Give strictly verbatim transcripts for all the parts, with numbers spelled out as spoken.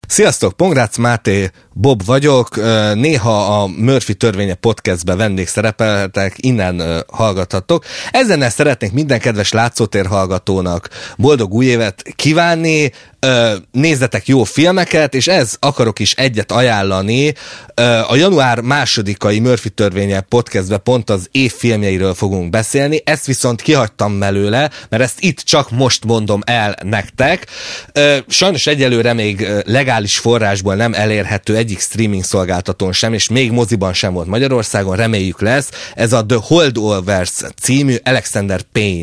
Sziasztok, Pongrácz Máté, Bob vagyok, néha a Murphy törvénye podcastben vendégszerepeltek, innen hallgathatok. Ezennel szeretnék minden kedves látszótér hallgatónak boldog új évet kívánni, nézzetek jó filmeket, és ez akarok is egyet ajánlani. A január másodikai Murphy törvénye podcastben pont az év filmjeiről fogunk beszélni, ezt viszont kihagytam belőle, mert ezt itt csak most mondom el nektek. Sajnos egyelőre még legális forrásból nem elérhető egyik streaming szolgáltatón sem, és még moziban sem volt Magyarországon, reméljük lesz. Ez a The Holdovers című Alexander Payne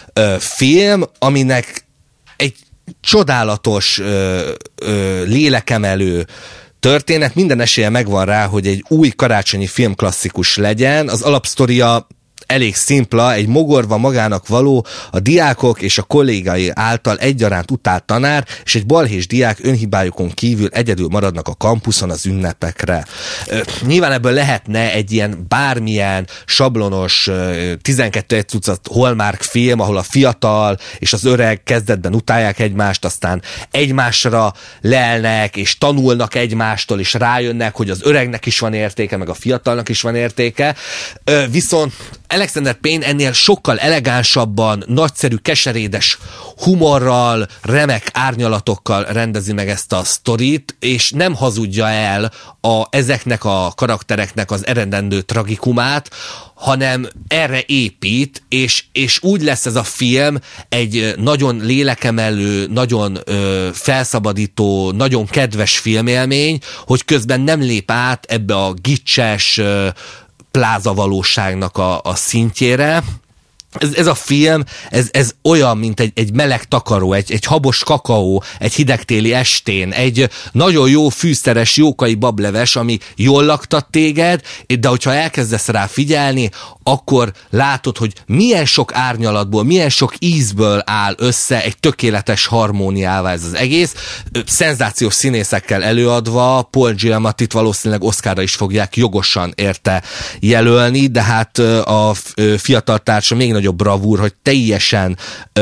film, aminek egy csodálatos, ö, ö, lélekemelő történet, minden esélye megvan rá, hogy egy új karácsonyi filmklasszikus legyen. Az alapsztoria elég szimpla, egy mogorva magának való, a diákok és a kollégái által egyaránt utált tanár, és egy balhés diák önhibájukon kívül egyedül maradnak a kampuszon az ünnepekre. Nyilván ebből lehetne egy ilyen bármilyen sablonos tizenkettő egy tucat Hallmark film, ahol a fiatal és az öreg kezdetben utálják egymást, aztán egymásra lelnek, és tanulnak egymástól, és rájönnek, hogy az öregnek is van értéke, meg a fiatalnak is van értéke. Viszont Alexander Payne ennél sokkal elegánsabban, nagyszerű, keserédes humorral, remek árnyalatokkal rendezi meg ezt a sztorit, és nem hazudja el a, ezeknek a karaktereknek az eredendő tragikumát, hanem erre épít, és, és úgy lesz ez a film egy nagyon lélekemelő, nagyon ö, felszabadító, nagyon kedves filmélmény, hogy közben nem lép át ebbe a gicses, ö, plázavalóságnak a, a szintjére. Ez, ez a film, ez, ez olyan, mint egy, egy meleg takaró, egy, egy habos kakaó, egy hidegtéli estén, egy nagyon jó fűszeres jókai bableves, ami jól laktat téged, de hogyha elkezdesz rá figyelni, akkor látod, hogy milyen sok árnyalatból, milyen sok ízből áll össze egy tökéletes harmóniává ez az egész. Szenzációs színészekkel előadva, Paul Giamattit valószínűleg Oscarra is fogják jogosan érte jelölni, de hát a fiatal társa még nagyobb bravúr, hogy teljesen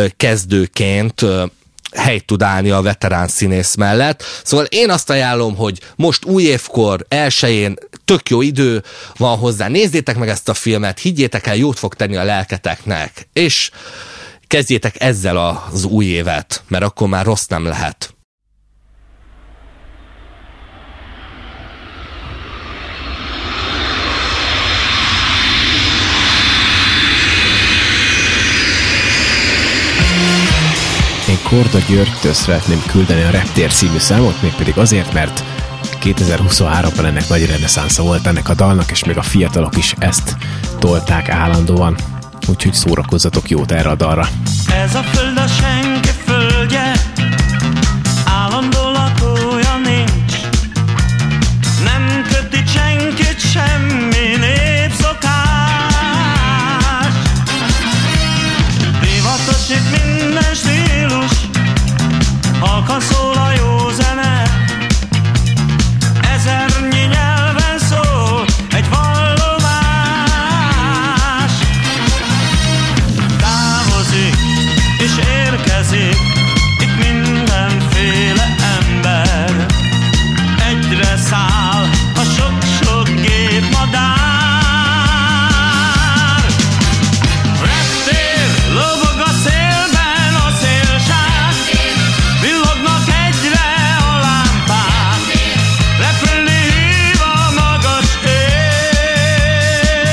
kezdőként helyt tud állni a veterán színész mellett. Szóval én azt ajánlom, hogy most új évkor, elsején tök jó idő van hozzá. Nézzétek meg ezt a filmet, higgyétek el, jót fog tenni a lelketeknek, és kezdjétek ezzel az új évet, mert akkor már rossz nem lehet. Én Korda Györgytől szeretném küldeni a Reptér című számot, mégpedig azért, mert kétezer-huszonháromban ennek nagy reneszánsza volt ennek a dalnak, és még a fiatalok is ezt tolták állandóan. Úgyhogy szórakozzatok jót erre a dalra. Ez a föld a senki földje, állandó lakója nincs. Nem köti senkit semmi népszokás. Divatos itt minden stílus, halkan szól a jó zene. Ezernyi nyelven szól egy vallomás. Távozik és érkezik itt mindenféle ember. Egyre száll a sok-sok gép madár. Reptér lobog a szélben a szélság, villognak egyre a lámpák, repülni hív a magas ég.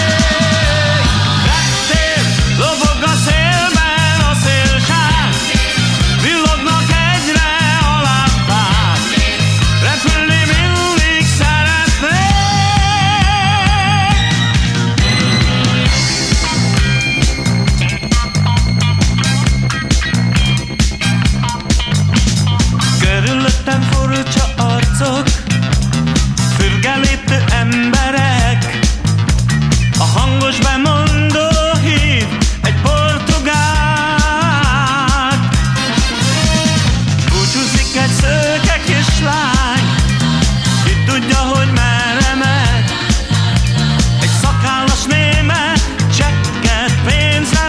Reptér lobog a szélben a szélság, villognak egyre a lámpák, repülni mindig szeretnék. Körülöttem furcsa arcok, fürgelítő emberek, a hangos bemondó hív egy portugál. Búcsúzik egy szőke kislány, ki tudja, hogy merre megy. Egy szakállas német csekket pénzre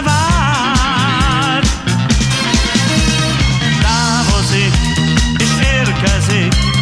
vár. Távozik és érkezik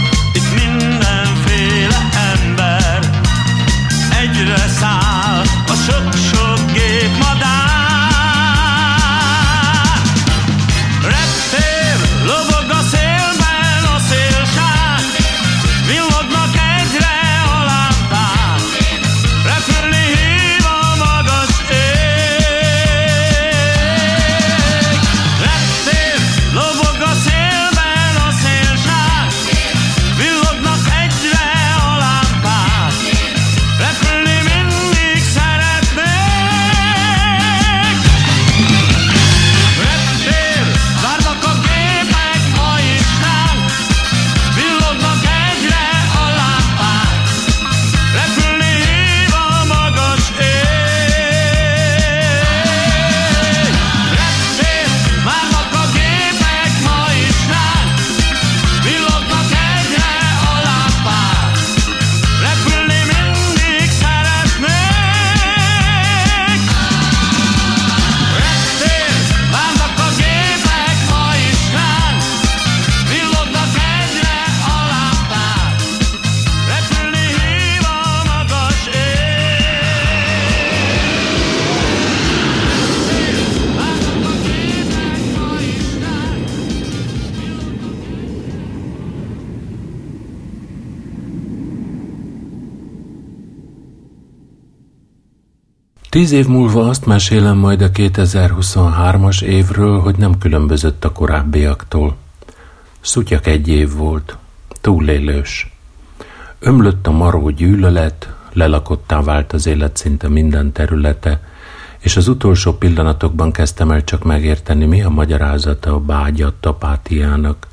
Tíz év múlva azt mesélem majd a kétezer-huszonhármas évről, hogy nem különbözött a korábbiaktól. Szutyak egy év volt, túlélős. Ömlött a maró gyűlölet, lelakottá vált az élet szinte minden területe, és az utolsó pillanatokban kezdtem el csak megérteni, mi a magyarázata a bágyat apátiának.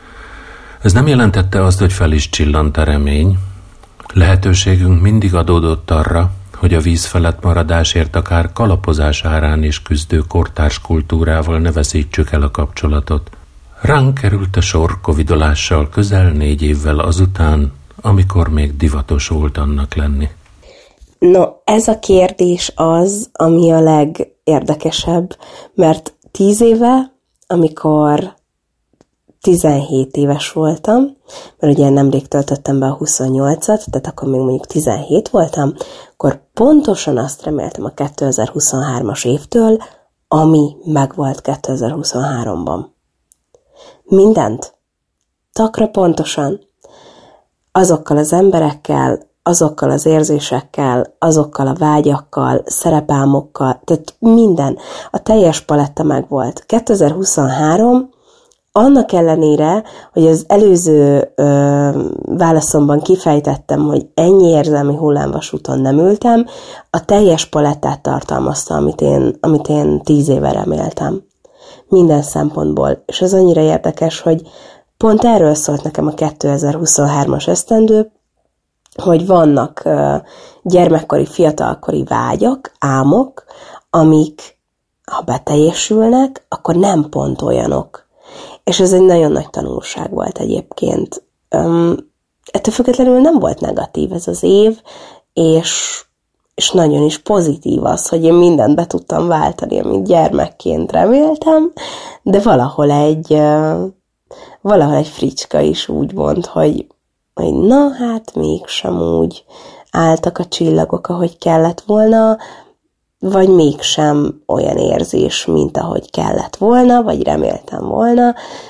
Ez nem jelentette azt, hogy fel is csillant a remény. Lehetőségünk mindig adódott arra, hogy a víz felett maradásért akár kalapozás árán is küzdő kortárs kultúrával ne veszítsük el a kapcsolatot. Ránk került a sor covidolással közel négy évvel azután, amikor még divatos volt annak lenni. No, ez a kérdés az, ami a legérdekesebb, mert tíz éve, amikor tizenhét éves voltam, mert ugye nemrég töltöttem be a huszonnyolcat, tehát akkor még mondjuk tizenhét voltam, akkor pontosan azt reméltem a kétezer-huszonhármas évtől, ami megvolt kétezer-huszonháromban. Mindent. Takra pontosan. Azokkal az emberekkel, azokkal az érzésekkel, azokkal a vágyakkal, szerepálmokkal, tehát minden. A teljes paletta megvolt. kétezer-huszonhárom annak ellenére, hogy az előző ö, válaszomban kifejtettem, hogy ennyi érzelmi hullámvasúton nem ültem, a teljes palettát tartalmazta, amit én, amit én tíz éve reméltem. Minden szempontból. És ez annyira érdekes, hogy pont erről szólt nekem a kétezer-huszonhármas esztendő, hogy vannak ö, gyermekkori, fiatalkori vágyak, álmok, amik, ha beteljesülnek, akkor nem pont olyanok. És ez egy nagyon nagy tanulság volt egyébként. Um, ettől függetlenül nem volt negatív ez az év, és, és nagyon is pozitív az, hogy én mindent be tudtam váltani, amit gyermekként reméltem, de valahol egy, uh, valahol egy fricska is úgy mond, hogy, hogy na hát mégsem úgy álltak a csillagok, ahogy kellett volna, vagy mégsem olyan érzés, mint ahogy kellett volna, vagy reméltem volna,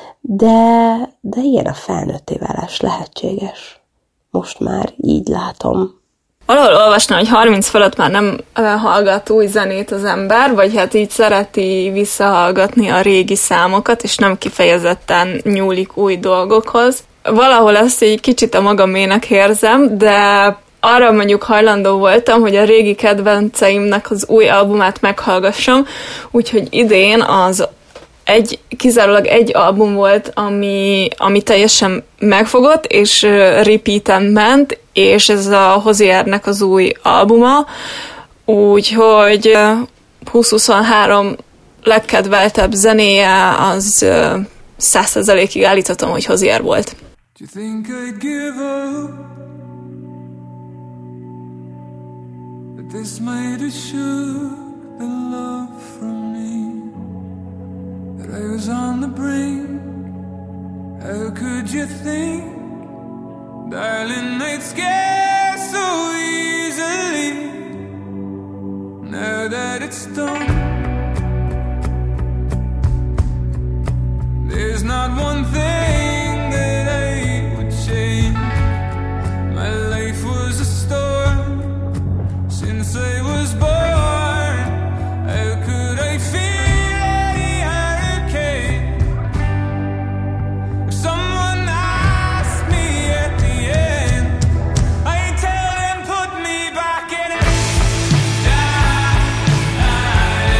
de, de ilyen a felnőtté válás lehetséges. Most már így látom. Valahol olvastam, hogy harminc fölött már nem hallgat új zenét az ember, vagy hát így szereti visszahallgatni a régi számokat, és nem kifejezetten nyúlik új dolgokhoz. Valahol ezt így kicsit a magamének érzem, de arra mondjuk hajlandó voltam, hogy a régi kedvenceimnek az új albumát meghallgassam, úgyhogy idén az egy, kizárólag egy album volt, ami, ami teljesen megfogott, és repeaten ment, és ez a Hoziernek az új albuma, úgyhogy húsz-huszonhárom legkedveltebb zenéje az száz százalékig állíthatom, hogy Hozier volt. This might have shook the love from me, that I was on the brink. How could you think, darling, I'd scare so easily? Now that it's done, there's not one thing that I would change. My life was a storm since I was born. How could I feel any hurricane? If someone asked me at the end, I'd tell them put me back in it. Da, da,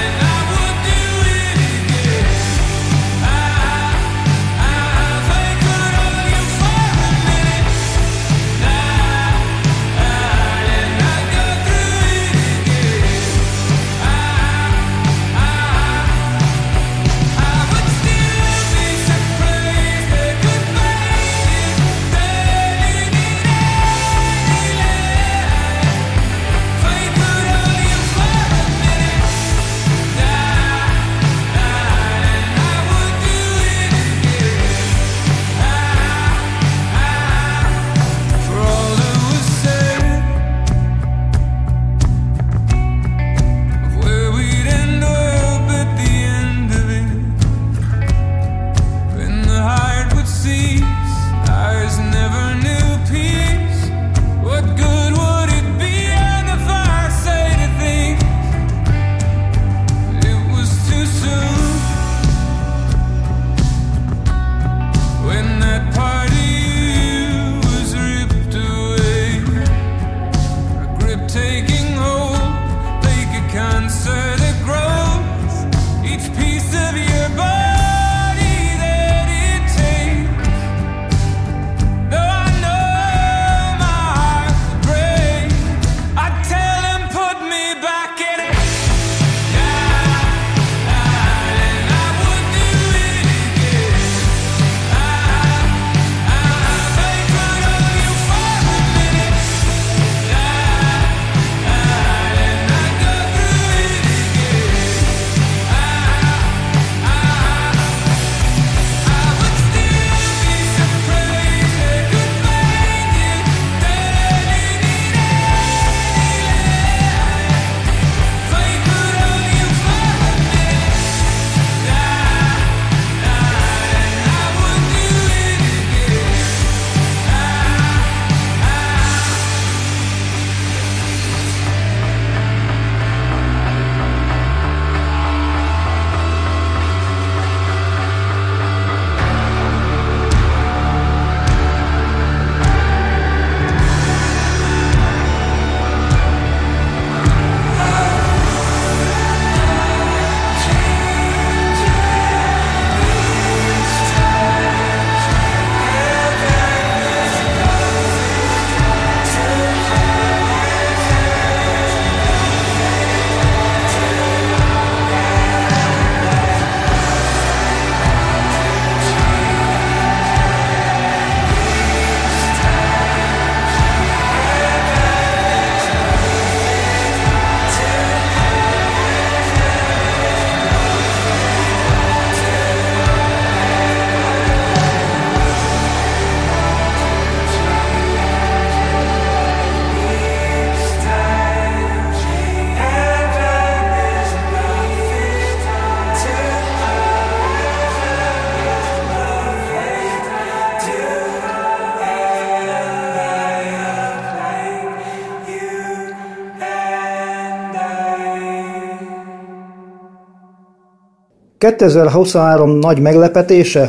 kétezer-huszonhárom nagy meglepetése?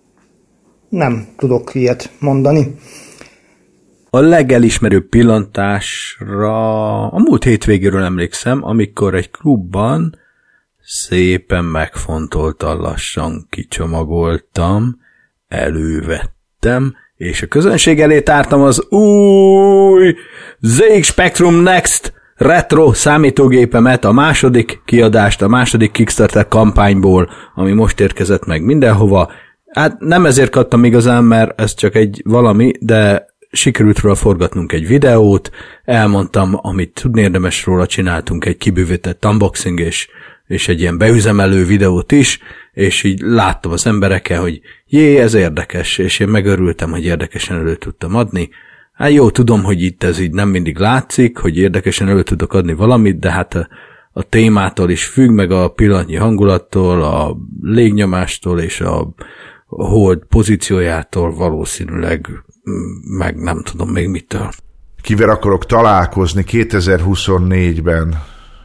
Nem tudok ilyet mondani. A legelismerőbb pillantásra a múlt hétvégéről emlékszem, amikor egy klubban szépen megfontoltan lassan kicsomagoltam, elővettem, és a közönség elé tártam az új zé iksz Spectrum Next retro számítógépemet, a második kiadást, a második Kickstarter kampányból, ami most érkezett meg mindenhova. Hát nem ezért kaptam igazán, mert ez csak egy valami, de sikerült róla forgatnunk egy videót, elmondtam, amit tudni érdemes róla, csináltunk egy kibővített unboxing és, és egy ilyen beüzemelő videót is, és így láttam az emberekkel, hogy jé, ez érdekes, és én megörültem, hogy érdekesen elő tudtam adni. Hát jó, tudom, hogy itt ez így nem mindig látszik, hogy érdekesen elő tudok adni valamit, de hát a, a témától is függ, meg a pillanatnyi hangulattól, a légnyomástól és a hold pozíciójától valószínűleg, meg nem tudom még mitől. Kivel akarok találkozni kétezer-huszonnégyben?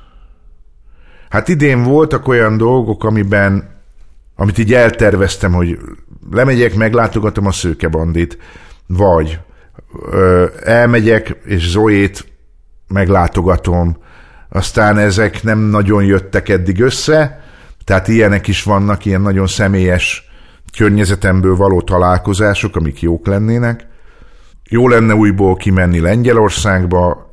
Hát idén voltak olyan dolgok, amiben, amit így elterveztem, hogy lemegyek, meglátogatom a Szőkebandit, vagy ö, elmegyek, és Zoét meglátogatom, aztán ezek nem nagyon jöttek eddig össze, tehát ilyenek is vannak, ilyen nagyon személyes környezetemből való találkozások, amik jók lennének. Jó lenne újból kimenni Lengyelországba,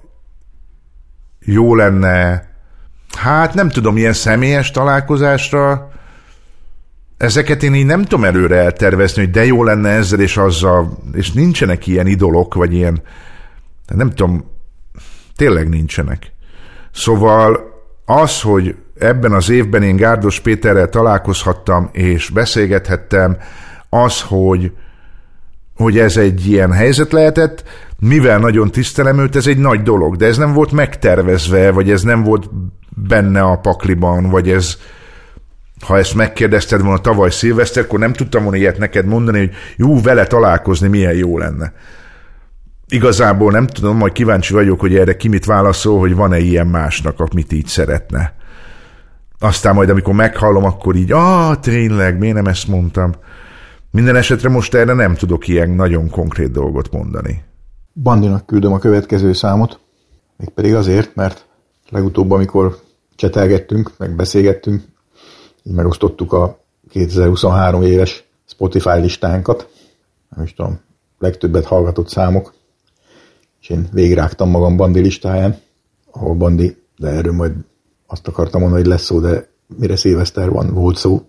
jó lenne, hát nem tudom, ilyen személyes találkozásra, ezeket én így nem tudom előre eltervezni, hogy de jó lenne ezzel és azzal, és nincsenek ilyen idolok, vagy ilyen, nem tudom, tényleg nincsenek. Szóval az, hogy ebben az évben én Gárdos Péterrel találkozhattam, és beszélgethettem, az, hogy, hogy ez egy ilyen helyzet lehetett, mivel nagyon tisztelem őt, ez egy nagy dolog, de ez nem volt megtervezve, vagy ez nem volt benne a pakliban, vagy ez, ha ezt megkérdezted volna tavaly szilveszterkor, nem tudtam volna ilyet neked mondani, hogy jó, vele találkozni milyen jó lenne. Igazából nem tudom, majd kíváncsi vagyok, hogy erre ki mit válaszol, hogy van-e ilyen másnak, amit így szeretne. Aztán majd, amikor meghallom, akkor így, ah, tényleg, miért nem ezt mondtam? Minden esetre most erre nem tudok ilyen nagyon konkrét dolgot mondani. Bandinak küldöm a következő számot, mégpedig azért, mert legutóbb, amikor csetelgettünk, meg beszélgettünk, így megosztottuk a kétezer-huszonhárom éves Spotify listánkat, nem is tudom, legtöbbet hallgatott számok, és én végigrágtam magam Bandi listáján, ahol Bandi, de erről majd azt akartam mondani, hogy lesz szó, de mire szilveszter van, volt szó.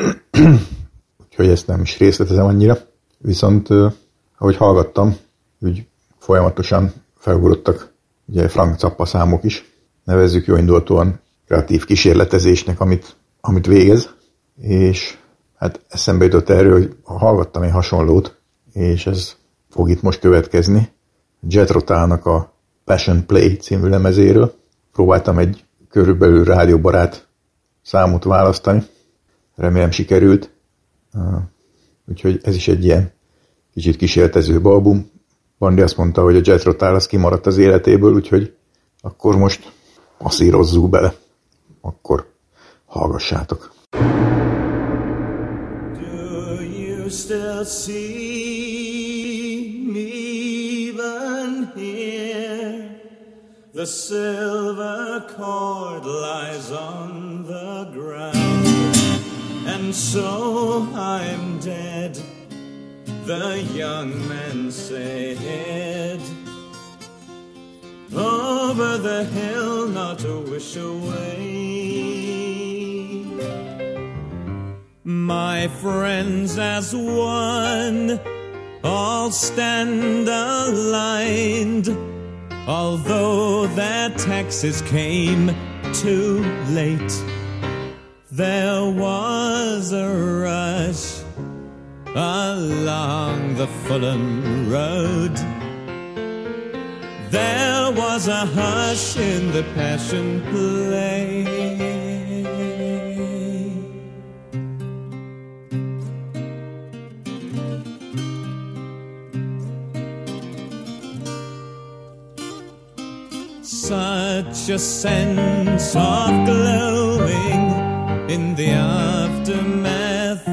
Úgyhogy ezt nem is részletezem annyira. Viszont, ahogy hallgattam, úgy folyamatosan felugrottak ugye Frank Zappa számok is. Nevezzük jó indulatúan kreatív kísérletezésnek, amit, amit végez. És hát eszembe jutott erről, hogy hallgattam egy hasonlót, és ez fog itt most következni. Jethro Tullnak a Passion Play című lemezéről. Próbáltam egy körülbelül rádióbarát számot választani. Remélem sikerült. Úgyhogy ez is egy ilyen kicsit kísérletező album. Bandi azt mondta, hogy a Jethro Tull az kimaradt az életéből, úgyhogy akkor most passzírozzuk bele. Akkor hallgassátok. Do you still see me even here? The silver cord lies on the ground, and so I'm dead, the young men said. Over the hill, not a wish away. My friends as one all stand aligned, although their taxes came too late. There was a rush along the Fulham Road. There was a hush in the Passion Play. Such a sense of glowing in the aftermath,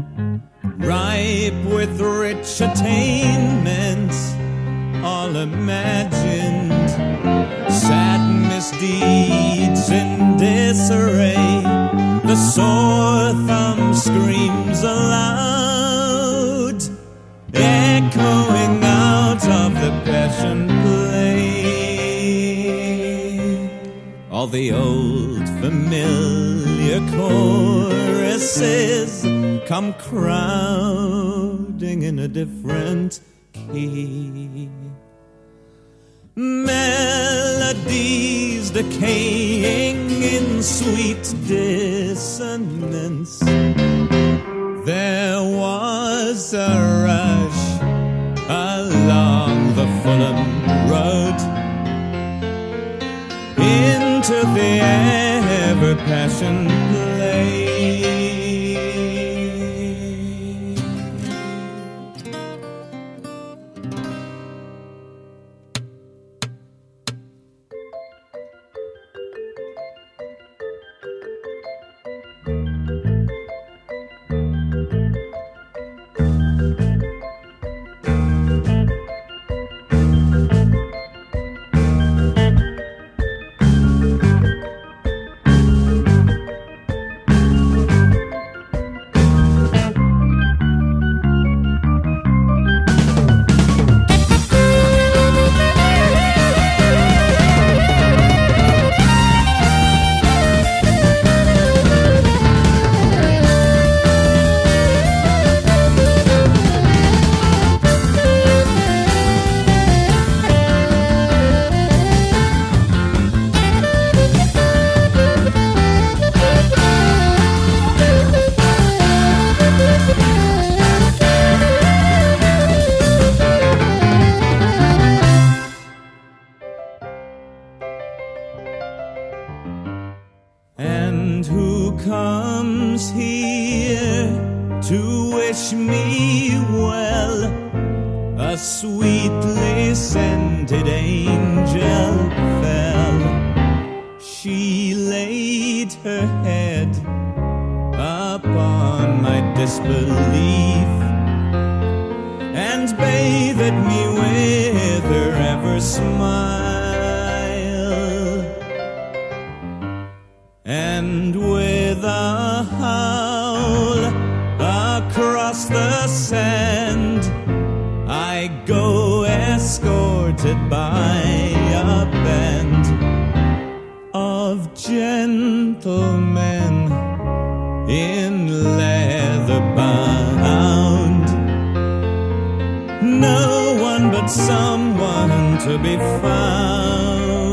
ripe with rich attainments, all imagined, sad misdeeds in disarray. The sore thumb screams aloud, echoing out of the passion play. All the old familiar choruses come crowding in a different key. Melodies decaying in sweet dissonance. There was a rush along the Fulham Road into the ever-passion play. And who comes here to wish me well? A sweetly scented angel fell. She laid her head upon my disbelief and bathed me with her ever smile. And with a howl across the sand, I go escorted by a band of gentlemen in leather bound. No one but someone to be found.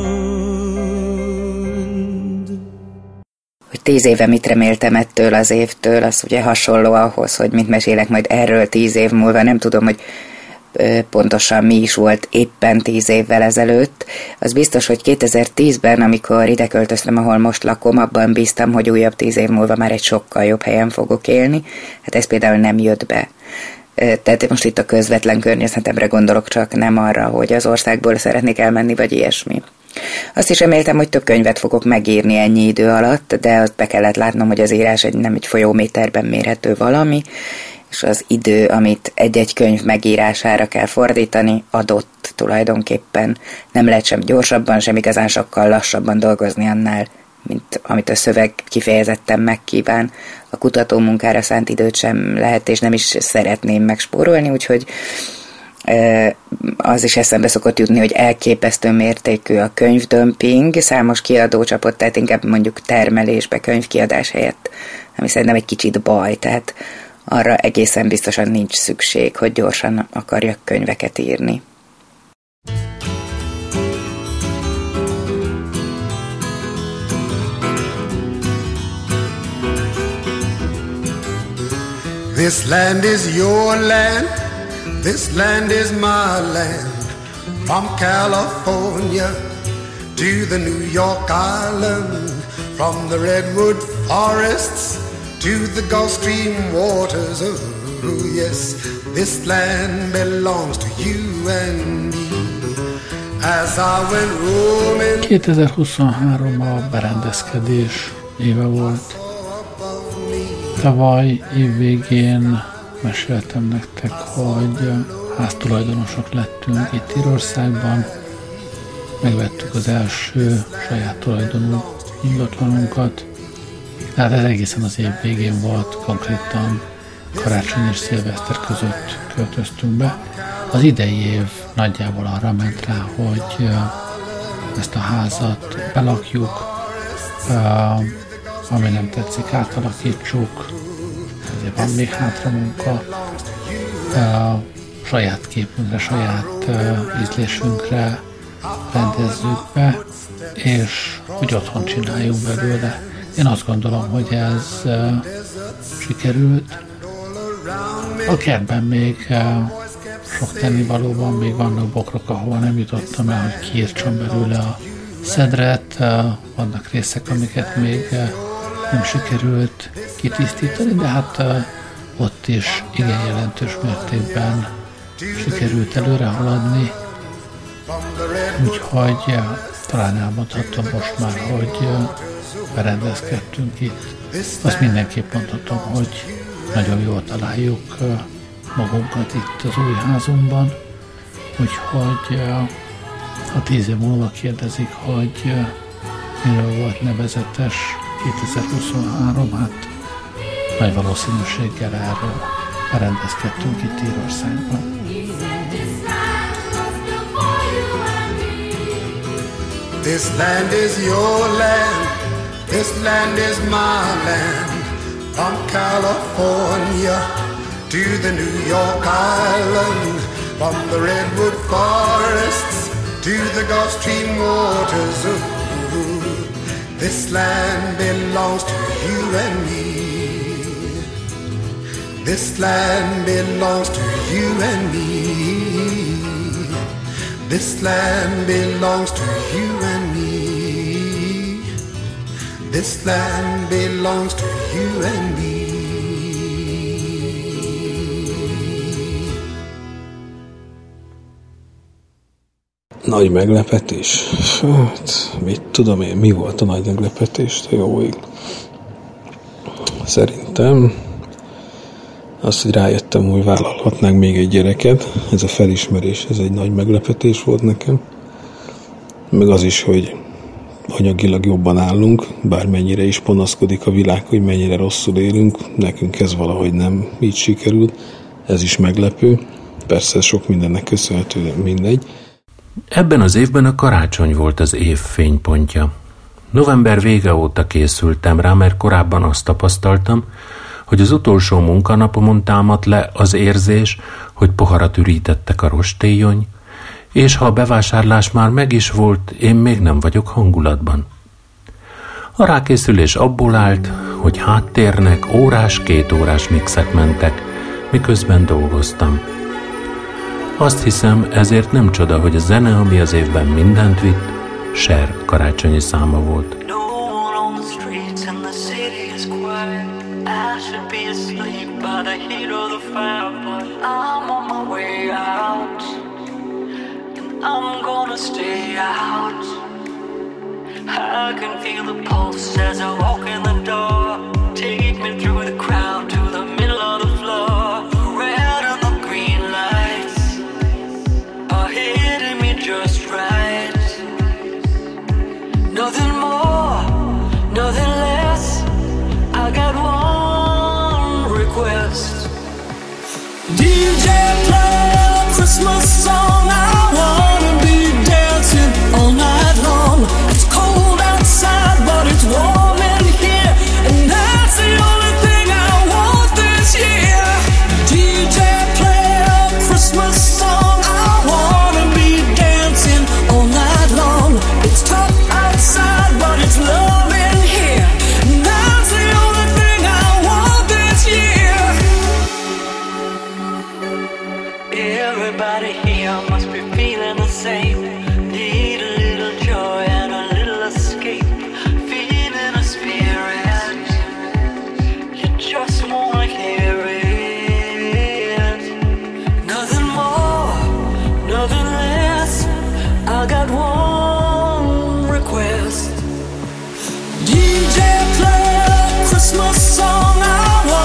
Hogy tíz éve mit reméltem ettől az évtől, az ugye hasonló ahhoz, hogy mit mesélek majd erről tíz év múlva. Nem tudom, hogy pontosan mi is volt éppen tíz évvel ezelőtt. Az biztos, hogy kétezer-tízben, amikor ide költöztem, ahol most lakom, abban bíztam, hogy újabb tíz év múlva már egy sokkal jobb helyen fogok élni. Hát ez például nem jött be. Tehát most itt a közvetlen környezetemre gondolok, csak nem arra, hogy az országból szeretnék elmenni, vagy ilyesmi. Azt is reméltem, hogy több könyvet fogok megírni ennyi idő alatt, de azt be kellett látnom, hogy az írás egy, nem egy folyóméterben mérhető valami, és az idő, amit egy-egy könyv megírására kell fordítani, adott tulajdonképpen. Nem lehet sem gyorsabban, sem igazán sokkal lassabban dolgozni annál, mint amit a szöveg kifejezetten megkíván. A kutatómunkára szánt időt sem lehet, és nem is szeretném megspórolni, úgyhogy az is eszembe szokott jutni, hogy elképesztő mértékű a könyvdömping, számos kiadó csapott, tehát inkább mondjuk termelésbe, könyvkiadás helyett, ami szerintem egy kicsit baj, tehát arra egészen biztosan nincs szükség, hogy gyorsan akarjak könyveket írni. This land is your land, this land is my land. From California to the New York Island, from the redwood forests to the Gulf Stream waters. Oh yes, this land belongs to you and me. As I went roaming. kétezer-huszonhárom a berendezkedés éve volt. Tavaly év végén meséltem nektek, hogy háztulajdonosok lettünk itt Írországban. Megvettük az első saját tulajdonú ingatlanunkat. Tehát ez egészen az év végén volt, konkrétan karácsony és szilveszter között költöztünk be. Az idei év nagyjából arra ment rá, hogy ezt a házat belakjuk, ami nem tetszik, átalakítsuk, ezért van még hátra munka, saját képünkre, saját ízlésünkre rendezzük be, és úgy otthon csináljunk belőle. Én azt gondolom, hogy ez sikerült. A kertben még sok tennivalóban, még vannak bokrok, ahol nem jutottam el, hogy kiírtsam belőle a szedret, vannak részek, amiket még nem sikerült kitisztítani, de hát ott is igen jelentős mértékben sikerült előre haladni, úgyhogy talán elmondhatom most már, hogy berendezkedtünk itt. Azt mindenképp mondhatom, hogy nagyon jól találjuk magunkat itt az új házunkban, úgyhogy ha tíz év múlva kérdezik, hogy miről volt nevezetes kétezer-huszonhárom, hát nagy valószínűséggel erről berendezkedtünk itt Írországban. This land is your land, this land is my land. From California to the New York Island, from the redwood forests to the Gulf Stream waters. Ooh, this land belongs to you and me. This land belongs to you and me. This land belongs to you and me. This land belongs to you and me. Nagy meglepetés? Hát, mit tudom én, mi volt a nagy meglepetés? Jó ég. Szerintem azt, hogy rájöttem, hogy vállalhatnánk még egy gyereket. Ez a felismerés, ez egy nagy meglepetés volt nekem. Meg az is, hogy anyagilag jobban állunk, bármennyire is panaszkodik a világ, hogy mennyire rosszul élünk, nekünk ez valahogy nem így sikerült. Ez is meglepő. Persze sok mindennek köszönhető, de mindegy. Ebben az évben a karácsony volt az év fénypontja. November vége óta készültem rá, mert korábban azt tapasztaltam, hogy az utolsó munkanapomon támadt le az érzés, hogy poharat ürítettek a rostélyony, és ha a bevásárlás már meg is volt, én még nem vagyok hangulatban. A rákészülés abból állt, hogy háttérnek órás, kétórás mixek mentek, miközben dolgoztam. Azt hiszem, ezért nem csoda, hogy a zene, ami az évben mindent vitt, Cher karácsonyi száma volt. I'm gonna stay out. I can feel the pulse as I walk in the door. Take me through the crowd to the middle of the floor. The red and the green lights are hitting me just right. Nothing more, nothing less. I got one request. D J, play a Christmas song. I wanna be dancing all night long. It's cold outside, but it's warm in here, and that's the only thing I want this year. D J, play a Christmas song. I wanna be dancing all night long. It's tough outside, but it's love in here, and that's the only thing I want this year. Everybody here must be feeling the same. Need a little joy and a little escape. Feeling a spirit, you just wanna hear it. Nothing more, nothing less. I got one request. D J, play a Christmas song. I want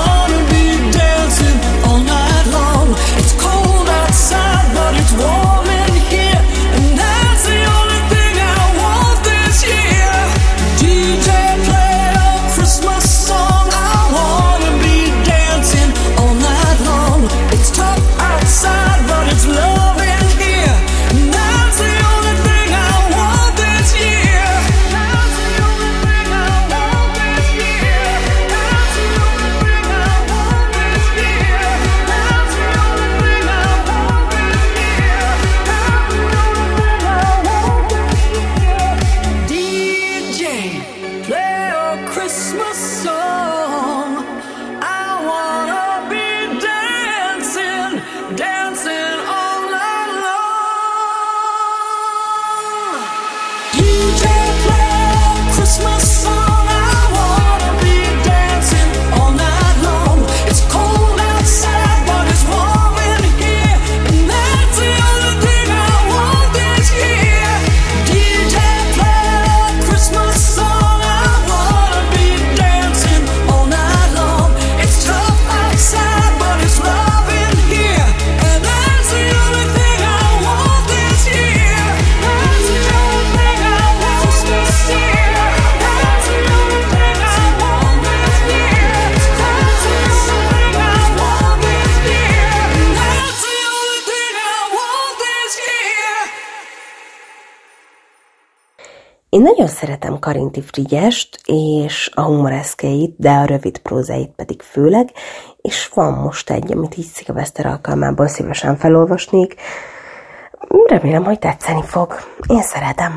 Én nagyon szeretem Karinti Frigyest és a humoreszkeit, de a rövid prózáit pedig főleg, és van most egy, amit így szilveszter alkalmából szívesen felolvasnék. Remélem, hogy tetszeni fog. Én szeretem.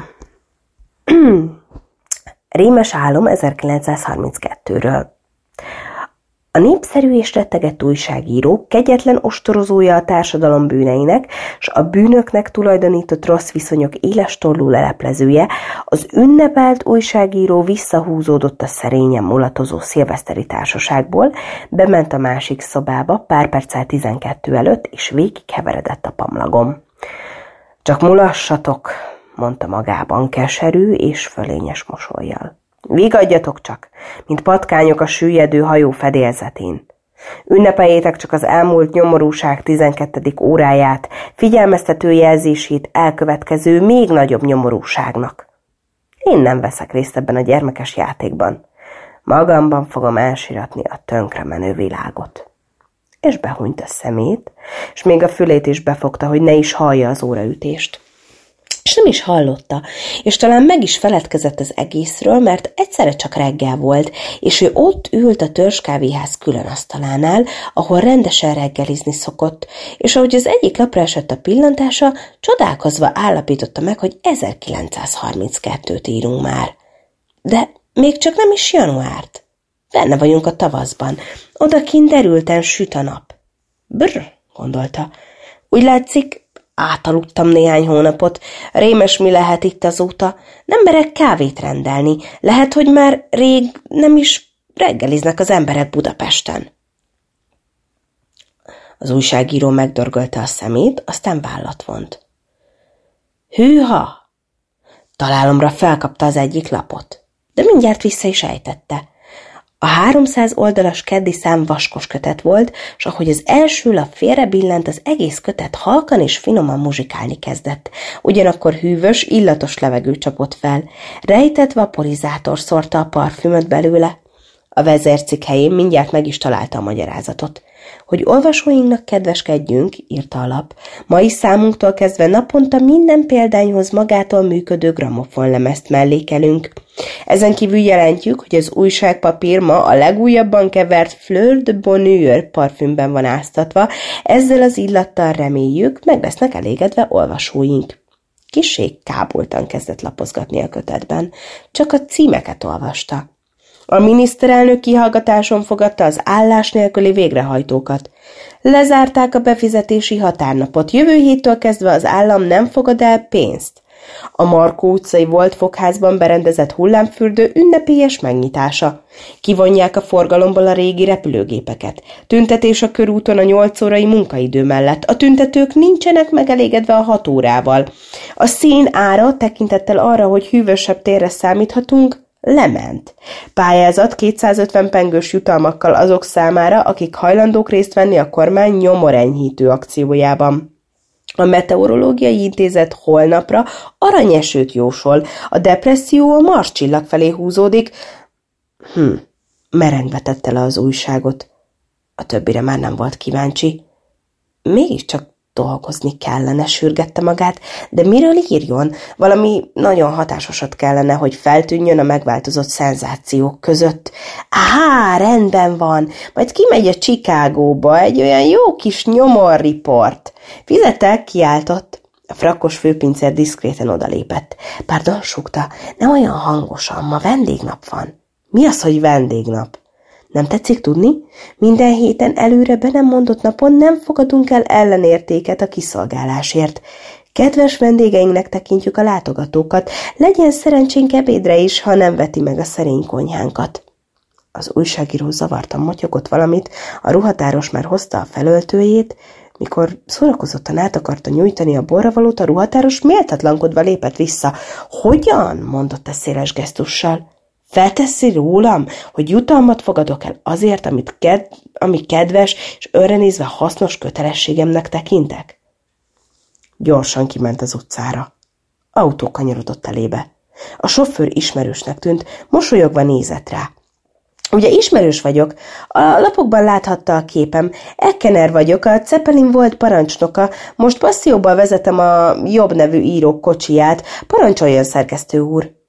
Rémes álom ezerkilencszázharminckettőről. A népszerű és rettegett újságíró kegyetlen ostorozója a társadalom bűneinek, s a bűnöknek tulajdonított rossz viszonyok éles tollú leleplezője, az ünnepelt újságíró visszahúzódott a szerényen mulatozó szilveszteri társaságból, bement a másik szobába pár perccel tizenkettő előtt, és végig heveredett a pamlagom. Csak mulassatok, mondta magában keserű és fölényes mosollyal. Vigadjatok csak, mint patkányok a süllyedő hajó fedélzetén. Ünnepeljétek csak az elmúlt nyomorúság tizenkettedik óráját, figyelmeztető jelzését elkövetkező még nagyobb nyomorúságnak. Én nem veszek részt ebben a gyermekes játékban. Magamban fogom elsiratni a tönkre menő világot. És behúnyt a szemét, és még a fülét is befogta, hogy ne is hallja az óraütést. És nem is hallotta, és talán meg is feledkezett az egészről, mert egyszerre csak reggel volt, és ő ott ült a törzskávéház külön asztalánál, ahol rendesen reggelizni szokott, és ahogy az egyik lapra esett a pillantása, csodálkozva állapította meg, hogy ezerkilencszázharminckettőt írunk már. De még csak nem is januárt. Benne vagyunk a tavaszban. Odakint derülten süt a nap. Brr, gondolta. Úgy látszik, átaludtam néhány hónapot. Rémes, mi lehet itt azóta? Nem merek kávét rendelni. Lehet, hogy már rég nem is reggeliznek az emberek Budapesten. Az újságíró megdörgölte a szemét, aztán vállat vont. Hűha! Találomra felkapta az egyik lapot, de mindjárt vissza is ejtette. A háromszáz oldalas keddi szám vaskos kötet volt, s ahogy az első lap félre billent, az egész kötet halkan és finoman muzsikálni kezdett. Ugyanakkor hűvös, illatos levegő csapott fel. Rejtett vaporizátor szórta a parfümöt belőle. A vezércikk helyén mindjárt meg is találta a magyarázatot. Hogy olvasóinknak kedveskedjünk, írta a lap, mai számunktól kezdve naponta minden példányhoz magától működő gramofonlemezt mellékelünk. Ezen kívül jelentjük, hogy az újságpapír ma a legújabban kevert Fleur de Bonheur parfümben van áztatva, ezzel az illattal reméljük, meg lesznek elégedve olvasóink. Kissé kábultan kezdett lapozgatni a kötetben, csak a címeket olvasta. A miniszterelnök kihallgatáson fogadta az állás nélküli végrehajtókat. Lezárták a befizetési határnapot. Jövő héttől kezdve az állam nem fogad el pénzt. A Markó utcai volt fogházban berendezett hullámfürdő ünnepélyes megnyitása. Kivonják a forgalomból a régi repülőgépeket. Tüntetés a körúton a nyolc órai munkaidő mellett. A tüntetők nincsenek megelégedve a hat órával. A szín ára tekintettel arra, hogy hűvösebb térre számíthatunk, lement. Pályázat kétszázötven pengős jutalmakkal azok számára, akik hajlandók részt venni a kormány nyomorenyhítő akciójában. A Meteorológiai Intézet holnapra aranyesőt jósol, a depresszió a Mars csillag felé húzódik. Hm, merengve tette le az újságot. A többire már nem volt kíváncsi. Mégiscsak dolgozni kellene, sürgette magát, de miről írjon? Valami nagyon hatásosat kellene, hogy feltűnjön a megváltozott szenzációk között. Áhá, rendben van, majd kimegy a Chicagóba, egy olyan jó kis nyomorriport. Fizetek, kiáltott. A frakkos főpincér diszkréten odalépett. Pardon, súgta, ne olyan hangosan, ma vendégnap van. Mi az, hogy vendégnap? Nem tetszik tudni? Minden héten előre be nem mondott napon nem fogadunk el ellenértéket a kiszolgálásért. Kedves vendégeinknek tekintjük a látogatókat, legyen szerencsénk ebédre is, ha nem veti meg a szerény konyhánkat. Az újságíró zavartan motyogott valamit, a ruhatáros már hozta a felöltőjét, mikor szórakozottan át akarta nyújtani a borravalót, a ruhatáros méltatlankodva lépett vissza. Hogyan? Mondott a széles gesztussal. Felteszi rólam, hogy jutalmat fogadok el azért, amit ked- ami kedves és önre nézve hasznos kötelességemnek tekintek? Gyorsan kiment az utcára. Autó kanyarodott elébe. A sofőr ismerősnek tűnt, mosolyogva nézett rá. Ugye ismerős vagyok, a lapokban láthatta a képem. Ekkener vagyok, a Zeppelin volt parancsnoka, most passzióban vezetem a Jobb nevű írók kocsiját. Parancsoljon, szerkesztő úr!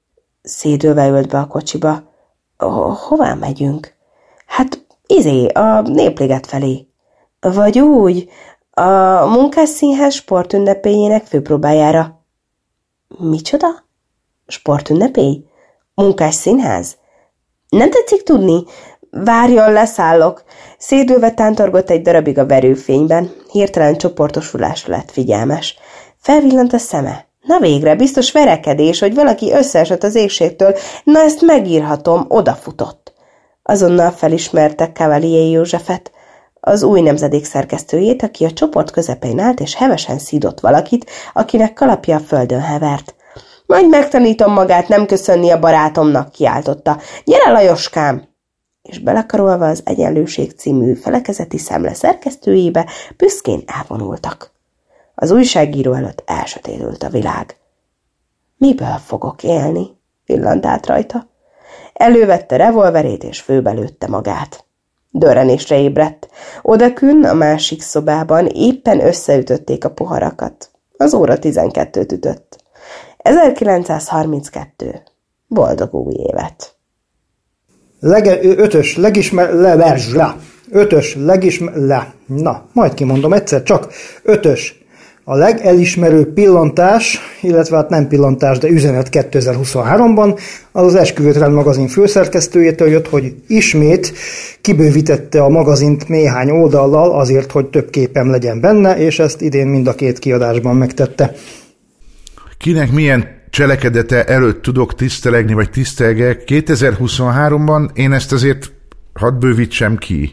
Szédülve ült be a kocsiba. Hová megyünk? Hát, izé, a Népliget felé. Vagy úgy, a Munkásszínház sportünnepéjének főpróbájára. Micsoda? Sportünnepély? Munkásszínház? Nem tetszik tudni? Várjon, leszállok. Szédülve tántorgott egy darabig a verőfényben. Hirtelen csoportosulásra lett figyelmes. Felvillant a szeme. Na végre, biztos verekedés, hogy valaki összeesett az égségtől. Na ezt megírhatom, odafutott. Azonnal felismerte Cavalier Józsefet, az Új Nemzedék szerkesztőjét, aki a csoport közepén állt, és hevesen szídott valakit, akinek kalapja a földön hevert. Majd megtanítom magát nem köszönni a barátomnak, kiáltotta. Gyere, Lajoskám! És belekarolva az Egyenlőség című felekezeti szemle szerkesztőjébe büszkén elvonultak. Az újságíró előtt elsötétült a világ. Miből fogok élni? Pillant át rajta. Elővette revolverét és főbelőtte magát. Dörrenésre ébredt. Odakünn a másik szobában éppen összeütötték a poharakat. Az óra tizenkettőt ütött. ezerkilencszázharminckettő. Boldog új évet! Lege, ötös, legismer... Le, verzs, le. Ötös, legismer... Le. Na, majd kimondom egyszer, csak ötös. A legelismerőbb pillantás, illetve hát nem pillantás, de üzenet kétezer-huszonháromban, az az Esküvőtrend magazin főszerkesztőjétől jött, hogy ismét kibővítette a magazint néhány oldallal azért, hogy több képem legyen benne, és ezt idén mind a két kiadásban megtette. Kinek milyen cselekedete előtt tudok tisztelegni, vagy tisztelgek? kétezer-huszonháromban én ezt azért hadd bővítsem ki.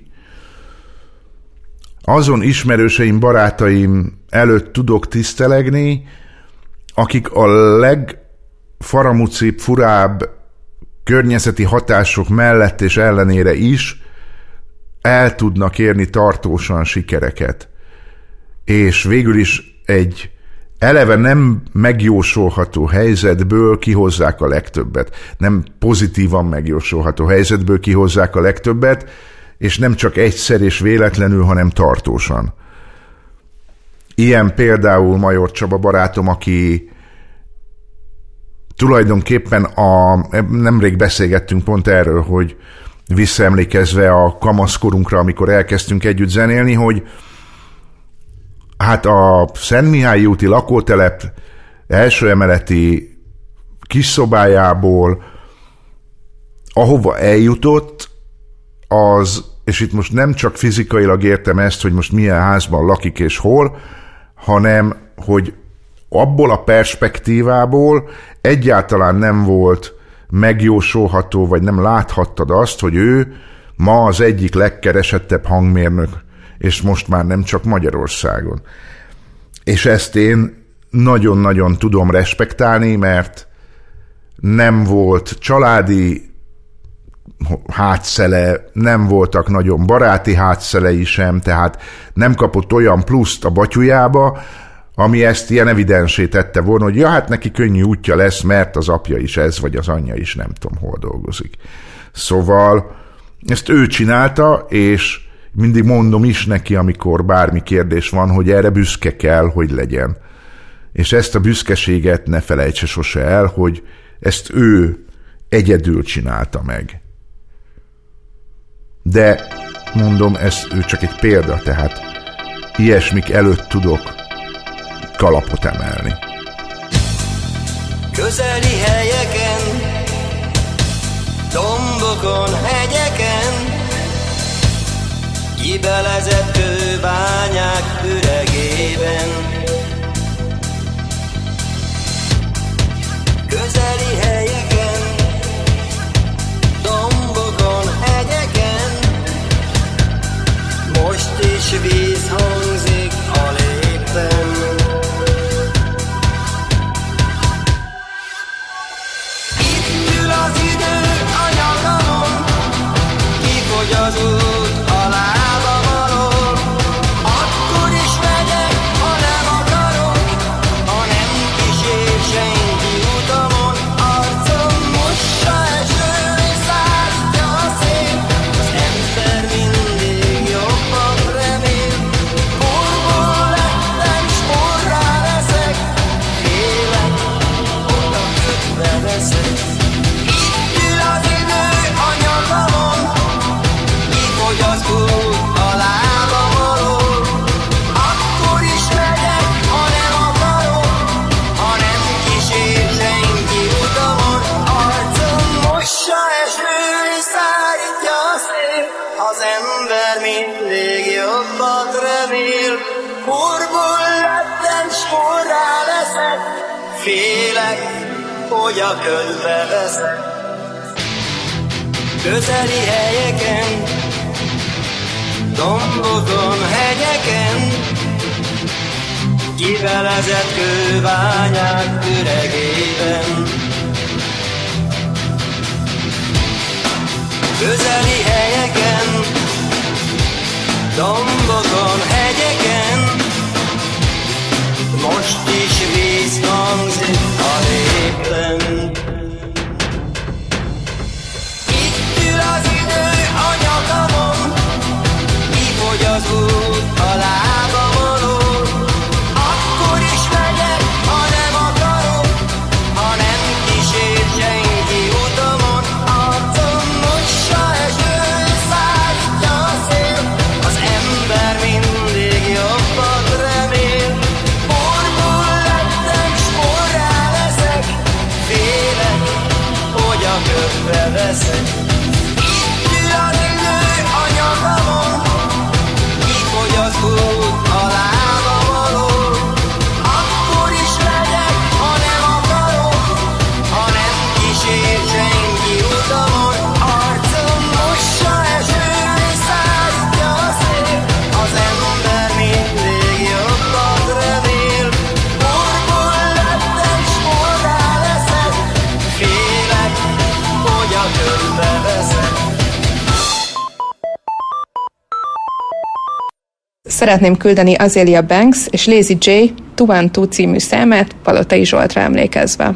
Azon ismerőseim, barátaim előtt tudok tisztelegni, akik a legfaramucibb, furább környezeti hatások mellett és ellenére is el tudnak érni tartósan sikereket. És végül is egy eleve nem megjósolható helyzetből kihozzák a legtöbbet. Nem pozitívan megjósolható helyzetből kihozzák a legtöbbet, és nem csak egyszer és véletlenül, hanem tartósan. Ilyen például Major Csaba barátom, aki tulajdonképpen a, nemrég beszélgettünk pont erről, hogy visszaemlékezve a kamaszkorunkra, amikor elkezdtünk együtt zenélni, hogy hát a Szentmihályi úti lakótelep első emeleti kis szobájából, ahova eljutott, az, és itt most nem csak fizikailag értem ezt, hogy most milyen házban lakik és hol, hanem, hogy abból a perspektívából egyáltalán nem volt megjósolható, vagy nem láthattad azt, hogy ő ma az egyik legkeresettebb hangmérnök, és most már nem csak Magyarországon. És ezt én nagyon-nagyon tudom respektálni, mert nem volt családi hátszele, nem voltak nagyon baráti hátszелei sem, tehát nem kapott olyan pluszt a batyujába, ami ezt ilyen evidensé tette volna, hogy ja, hát neki könnyű útja lesz, mert az apja is ez, vagy az anyja is nem tudom, hol dolgozik. Szóval ezt ő csinálta, és mindig mondom is neki, amikor bármi kérdés van, hogy erre büszke kell, hogy legyen. És ezt a büszkeséget ne felejtse sose el, hogy ezt ő egyedül csinálta meg. De mondom, ez ő csak egy példa, tehát ilyesmik előtt tudok kalapot emelni. Közeli helyeken, dombokon, hegyeken, kibelezett kőbányák üregében. Közeli helyeken, dombokon, hegyeken, most is víz hangzik a lépten. Itt ül az idő a nyakamon, kifogy az út a lábam alól. Akkor is megyek, ha nem félek, hogy a ködbe veszek. Közeli helyeken, dombokon, hegyeken, kivelezett kőbányák üregében. Közeli helyeken, dombokon, hegyeken, most is vízhangzik a lépten. Itt ül az idő a nyakamon, kifogy az út a lábam alól. Akkor is megyek, ha nem akarok, ha nem kísér senki utamon. Arcom mossa eső, szállítja a szél, az ember mindig jobbat remél. Borból lettem, s borrá leszek, félek, hogy a ködbe veszek. Itt ül az idő a nyakamon, kifogy az út a lábam alól. Akkor is megyek, ha nem akarok, ha nem kísér senki utamon. Arcom mossa eső, szállítja a szél, az ember mindig jobbat remél. Borból lettem, s borrá leszek, félek, hogy a ködbe veszek. Szeretném küldeni Azealia Banks és Lazy J two one two című számát Palotai Zsoltra emlékezve.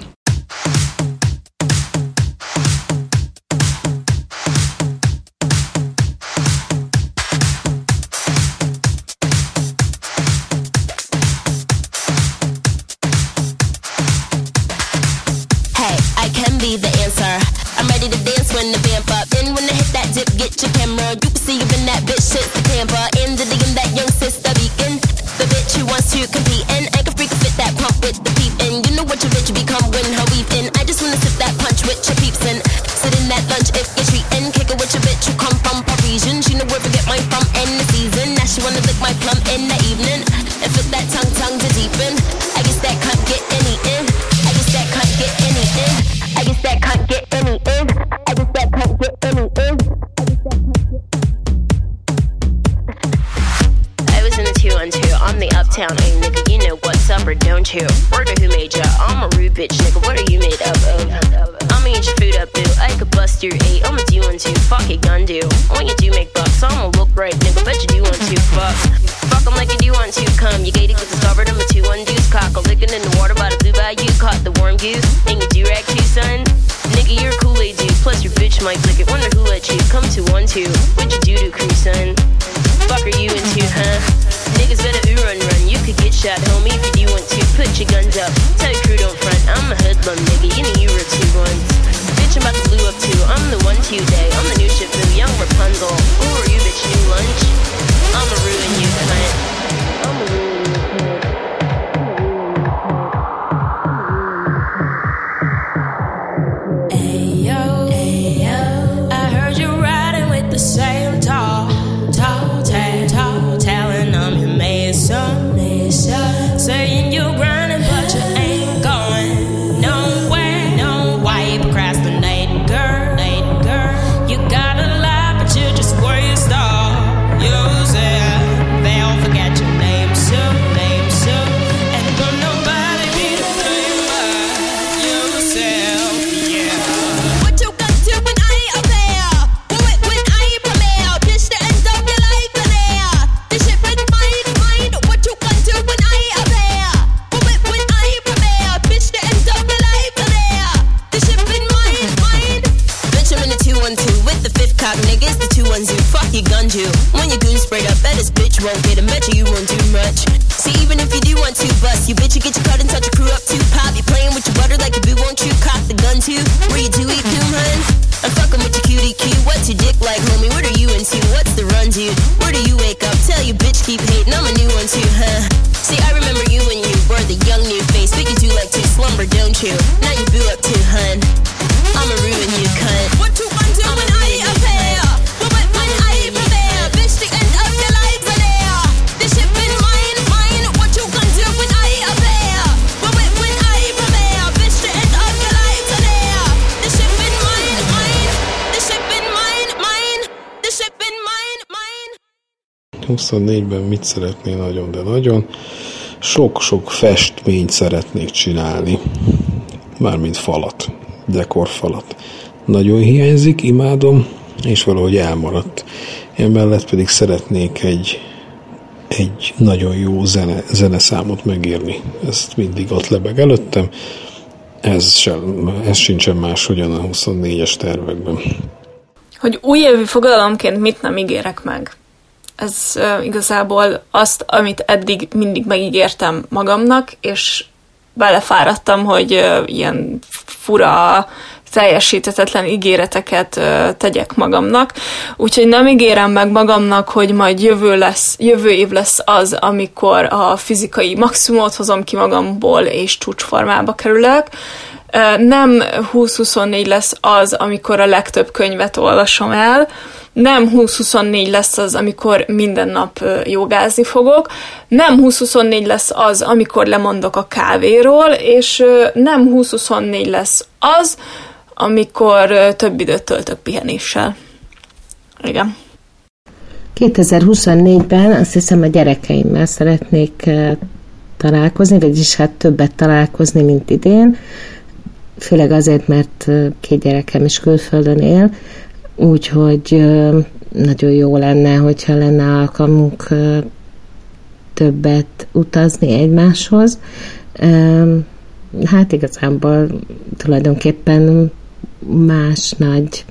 Hey, I can be the answer. I'm ready to dance when the vamp up. And when I hit that dip, get your camera. You can see you in that bitch, shit's the Tampa. In the digging that young sister beacon. The bitch who wants to compete and I can freak fit that pump with the peep in. You know what your bitch become when her weave in. I just wanna sip that punch with your peeps in. Sit in that lunch if you're treating. Kick it with your bitch who come from Parisian. She know where to get my from in the season. Now she wanna lick my plum in the evening. And fit that tongue tongue to deepen. I guess that can't get any in. I guess that can't get any in. I guess that can't get any in. I guess that can't get any in. I was in the two one two. I'm the uptown A nigga. You know what's up or don't you? Word of who made ya? I'm a rude bitch nigga. What are you made up of? I'ma eat your food up, boo. I could bust your eight. I'ma do one two. Fuck it, gun do. When you do make bucks, I'ma look right, nigga. Bet you do want to. Fuck. Fuck 'em like you do want to. Come, you gated, get discovered. I'm a two one deuce cock. A licking in the water by the blue bayou. Caught the warm goose. And you do rag too, son. Nigga, you're a Kool-Aid dude. Plus your bitch might lick it. Wonder who let you come to one two. What you do to crew, son? Fuck are you into, huh? Niggas better ooh run run. You could get shot, homie, if you do want to. Put your guns up. Tell your crew don't front. I'm a hoodlum, nigga. You know you were two ones. Bitch, I'm about to blue up too. I'm the one two day. I'm the new ship boo. Young Rapunzel. Who are you, bitch? New lunch? I'ma ruin you, cunt. I'ma ruin you, cunt. Ayo, ayo. I heard you riding with the same tall, tall, tall, tall, telling them you made some, made some. Saying you're grinding, but you ain't going nowhere. No, why you procrastinate, girl, girl? You got a lot, but you just waste all yourself. They'll forget your name soon, name soon. And will nobody be the same by yourself, yeah. What you got to when I ain't up there? When, when I ain't premiere? This the end of your life in there. This shit been mine, mine. What you got to when I ain't up there? When, when I ain't premiere? Bitch, the end of your life in there. This shit been mine, mine. Bitch, I'm in the two one two with the fifth cock, niggas. The two one two, fuck your gun you. When your goon sprayed up, bet this bitch won't get him. Bet you, you won't do much. See, even if you do want to bust, you bitch, you get your cut and touch your crew up too. Pop, you playing with your butter like a boo, won't you cock the gun too? Where you do eat coon, hun? I'm fucking with your cutie Q. What's your dick like, homie? What are you into? What's the run, dude? Where do you wake up? Tell your bitch keep hating. I'm a new one too, huh? See, I remember you when you were the young new face, but you do like to slumber, don't you? Now you boo up too, hun. I'ma ruin you, cunt. What you want to when I ain't up here? When, when I ain't prepare? Bitch, the end of your life in there. This shit been mine, mine. What you gonna do when I ain't up here? When, when I ain't prepare? huszonnégyben mit szeretnél nagyon, de nagyon? Sok-sok festményt szeretnék csinálni. Mármint falat, dekorfalat. Nagyon hiányzik, imádom, és valahogy elmaradt. Emellett pedig szeretnék egy, egy nagyon jó zene, zeneszámot megírni. Ezt mindig ott lebeg előttem. Ez, sem, ez sincsen máshogyan a huszonnégyes tervekben. Hogy újévi fogadalomként mit nem ígérek meg. Ez uh, igazából azt, amit eddig mindig megígértem magamnak, és belefáradtam, hogy uh, ilyen fura, teljesíthetetlen ígéreteket uh, tegyek magamnak. Úgyhogy nem ígérem meg magamnak, hogy majd jövő, lesz, jövő év lesz az, amikor a fizikai maximumot hozom ki magamból, és csúcsformába kerülök. Uh, nem húsz huszonnégy lesz az, amikor a legtöbb könyvet olvasom el, nem húsz huszonnégy lesz az, amikor minden nap jogázni fogok, nem húsz huszonnégy lesz az, amikor lemondok a kávéról, és nem húsz huszonnégy lesz az, amikor több időt töltök pihenéssel. Igen. kétezer-huszonnégyben azt hiszem a gyerekeimmel szeretnék találkozni, vagyis hát többet találkozni, mint idén. Főleg azért, mert két gyerekem is külföldön él, úgyhogy nagyon jó lenne, hogyha lenne alkalmunk többet utazni egymáshoz. Hát igazából tulajdonképpen más nagy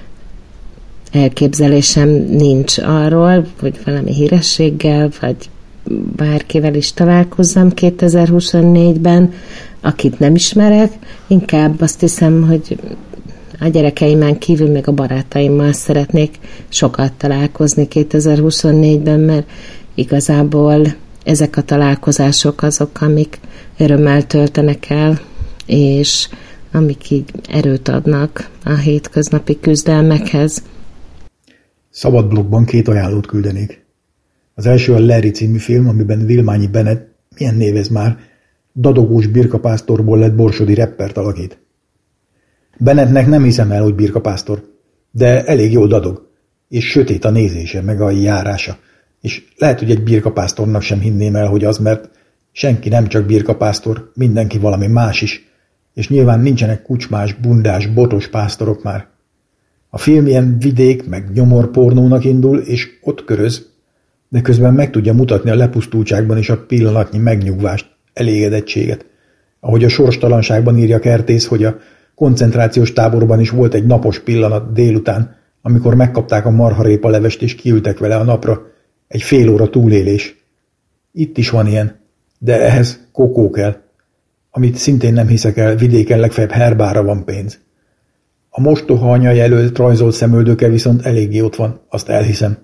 elképzelésem nincs arról, hogy valami hírességgel, vagy bárkivel is találkozzam kétezer-huszonnégyben, akit nem ismerek. Inkább azt hiszem, hogy a gyerekeimen kívül még a barátaimmal szeretnék sokat találkozni kétezer-huszonnégyben, mert igazából ezek a találkozások azok, amik örömmel töltenek el, és amik így erőt adnak a hétköznapi küzdelmekhez. Szabadblogban két ajánlót küldenék. Az első a Larry című film, amiben Vilmányi Bennett, milyen név ez már, dadogós birkapásztorból lett borsodi reppert alakít. Bennettnek nem hiszem el, hogy birkapásztor, de elég jól dadog, és sötét a nézése, meg a járása, és lehet, hogy egy birkapásztornak sem hinném el, hogy az, mert senki nem csak birkapásztor, mindenki valami más is, és nyilván nincsenek kucsmás, bundás, botos pásztorok már. A film ilyen vidék, meg nyomorpornónak indul, és ott köröz, de közben meg tudja mutatni a lepusztultságban is a pillanatnyi megnyugvást, elégedettséget. Ahogy a sorstalanságban írja Kertész, hogy a koncentrációs táborban is volt egy napos pillanat délután, amikor megkapták a marharépa levest és kiültek vele a napra. Egy fél óra túlélés. Itt is van ilyen, de ehhez kokó kell. Amit szintén nem hiszek el, vidéken legfeljebb herbára van pénz. A mostoha anya jelölt rajzolt szemöldöke viszont eléggé ott van, azt elhiszem.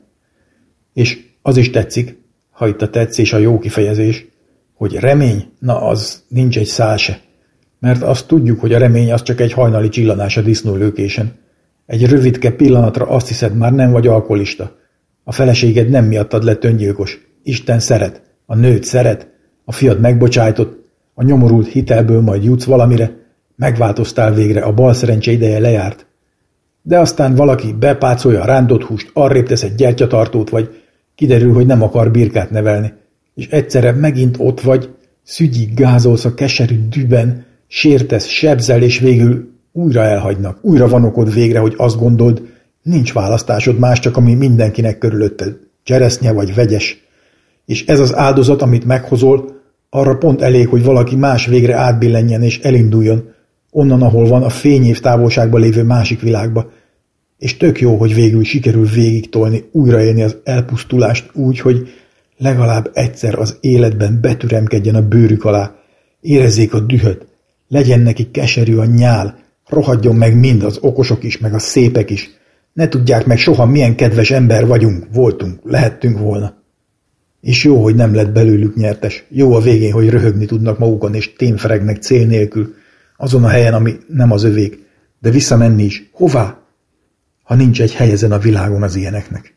És az is tetszik, ha itt a tetszés a jó kifejezés, hogy remény, na az nincs egy szál se. Mert azt tudjuk, hogy a remény az csak egy hajnali csillanás a disznólőkésen. Egy rövidke pillanatra azt hiszed, már nem vagy alkoholista. A feleséged nem miattad lett öngyilkos. Isten szeret, a nőt szeret, a fiad megbocsájtott, a nyomorult hitelből majd jutsz valamire, megváltoztál végre, a bal szerencse ideje lejárt. De aztán valaki bepácolja a rántott húst, arrébb tesz egy gyertyatartót, vagy kiderül, hogy nem akar birkát nevelni. És egyszerre megint ott vagy, szügyig gázolsz a keserű dühben, sértesz, sebzel, és végül újra elhagynak. Újra van okod végre, hogy azt gondold, nincs választásod más, csak ami mindenkinek körülötted. Cseresznye vagy vegyes. És ez az áldozat, amit meghozol, arra pont elég, hogy valaki más végre átbillenjen és elinduljon, onnan, ahol van, a fényév távolságban lévő másik világba. És tök jó, hogy végül sikerül végig tolni, újraélni az elpusztulást úgy, hogy legalább egyszer az életben betüremkedjen a bőrük alá, érezzék a dühöt, legyen neki keserű a nyál, rohadjon meg mind, az okosok is, meg a szépek is, ne tudják meg soha, milyen kedves ember vagyunk, voltunk, lehettünk volna. És jó, hogy nem lett belőlük nyertes, jó a végén, hogy röhögni tudnak magukon, és témferegnek cél nélkül, azon a helyen, ami nem az övék, de visszamenni is. Hová? Ha nincs egy hely ezen a világon az ilyeneknek.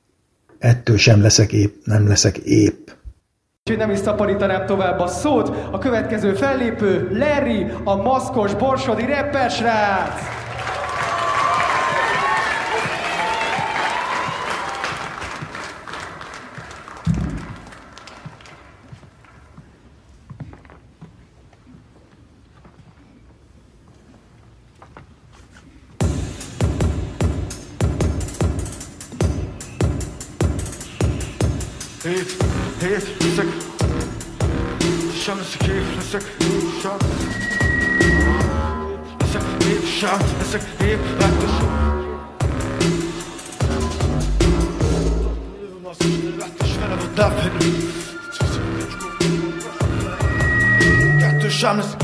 Ettől sem leszek épp, nem leszek épp. Úgyhogy nem is szaporítanám tovább a szót. A következő fellépő Larry, a maszkos borsodi rappersrác! két, leszek. Sem leszek két, leszek. Sem. Leszek két, sem, leszek két, látos. Látos veled a dáfenő. Kettő sem leszek.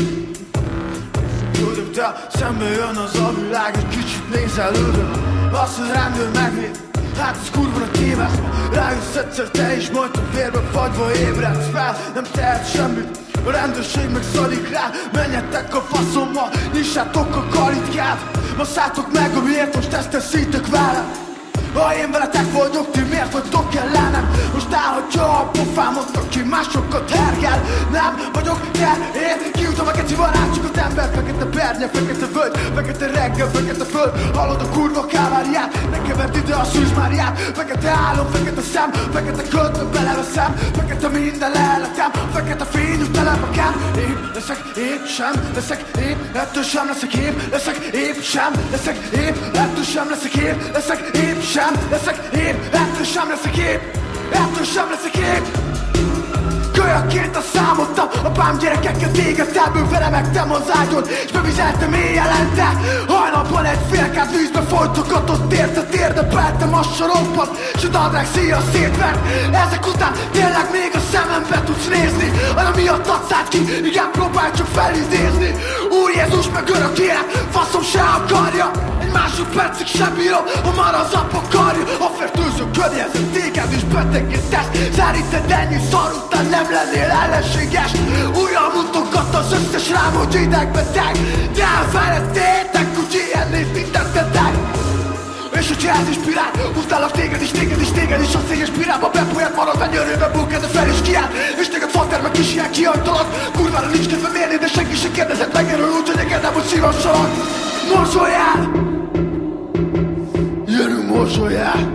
Tudjuk, te szembe jön az a világ, egy kicsit néz előre. Azt, hogy rendőr megvéd, hát ez kurva a tévesz. Rájössz egyszer te is, majd a vérbe fagyva ébredsz fel. Nem tehet semmit, a rendőrség meg szadik rá. Menjetek a faszomba, nyissátok a kalitkát. Basszátok meg, amiért most ezt teszitek velem. Ha én veletek vagyok, ti miért vagytok ellenem? Most állhatja a pofámot, aki másokat hergel. Nem vagyok te, én kiutom a keci barátsokat. Ember, fekete pernya, fekete völgy, fekete reggel, fekete föld. Hallod a kurva káváriát, ne keverd ide a szűzmáriát. Fekete álom, fekete szem, fekete költbe beleveszem. Fekete minden leletem, fekete fényű telepeken. Én leszek, én sem leszek, én ettől sem leszek, én leszek, én sem leszek, én ettől sem leszek, én leszek, én sem leszek én, ettől sem leszek én, ettől sem leszek én. Kölyökként a számottam, apám gyerekekkel téged ebből velemegtem az ágyon, és bevizeltem éjjelente. Hajnalban egy félkád vízbe folytogatott érte, térdepeltem a sarokban, s a nadrág szíja szétvert. Ezek után tényleg még a szemembe tudsz nézni, hanem miatt adszád ki, igen, próbálj csak felidézni. Úr Jézus meg örök élet, faszom se akarja, egy másodpercig sem bírom, ha már az apa karja. A fertőző környezet téged is betegét tesz, szerinted ennyi szar után nem lennél ellenséges. Újra mutogat az összes rám, hogy idegbeteg, de elfeledtétek, hogy ilyen nézt tettetek. És hogyha ez inspirál, utálak téged is, téged is, téged is. A széges spirálba bepóját marad, mennyörőbe bóked, de fel is kiáll. És téged fater meg kis ilyen kihagytalak. Kurvára nincs kedve mérni, de senki se kérdezett meg erről, úgyhogy engedem, hogy szívassalak. Morzsoljál! Gyerünk, morzsoljál!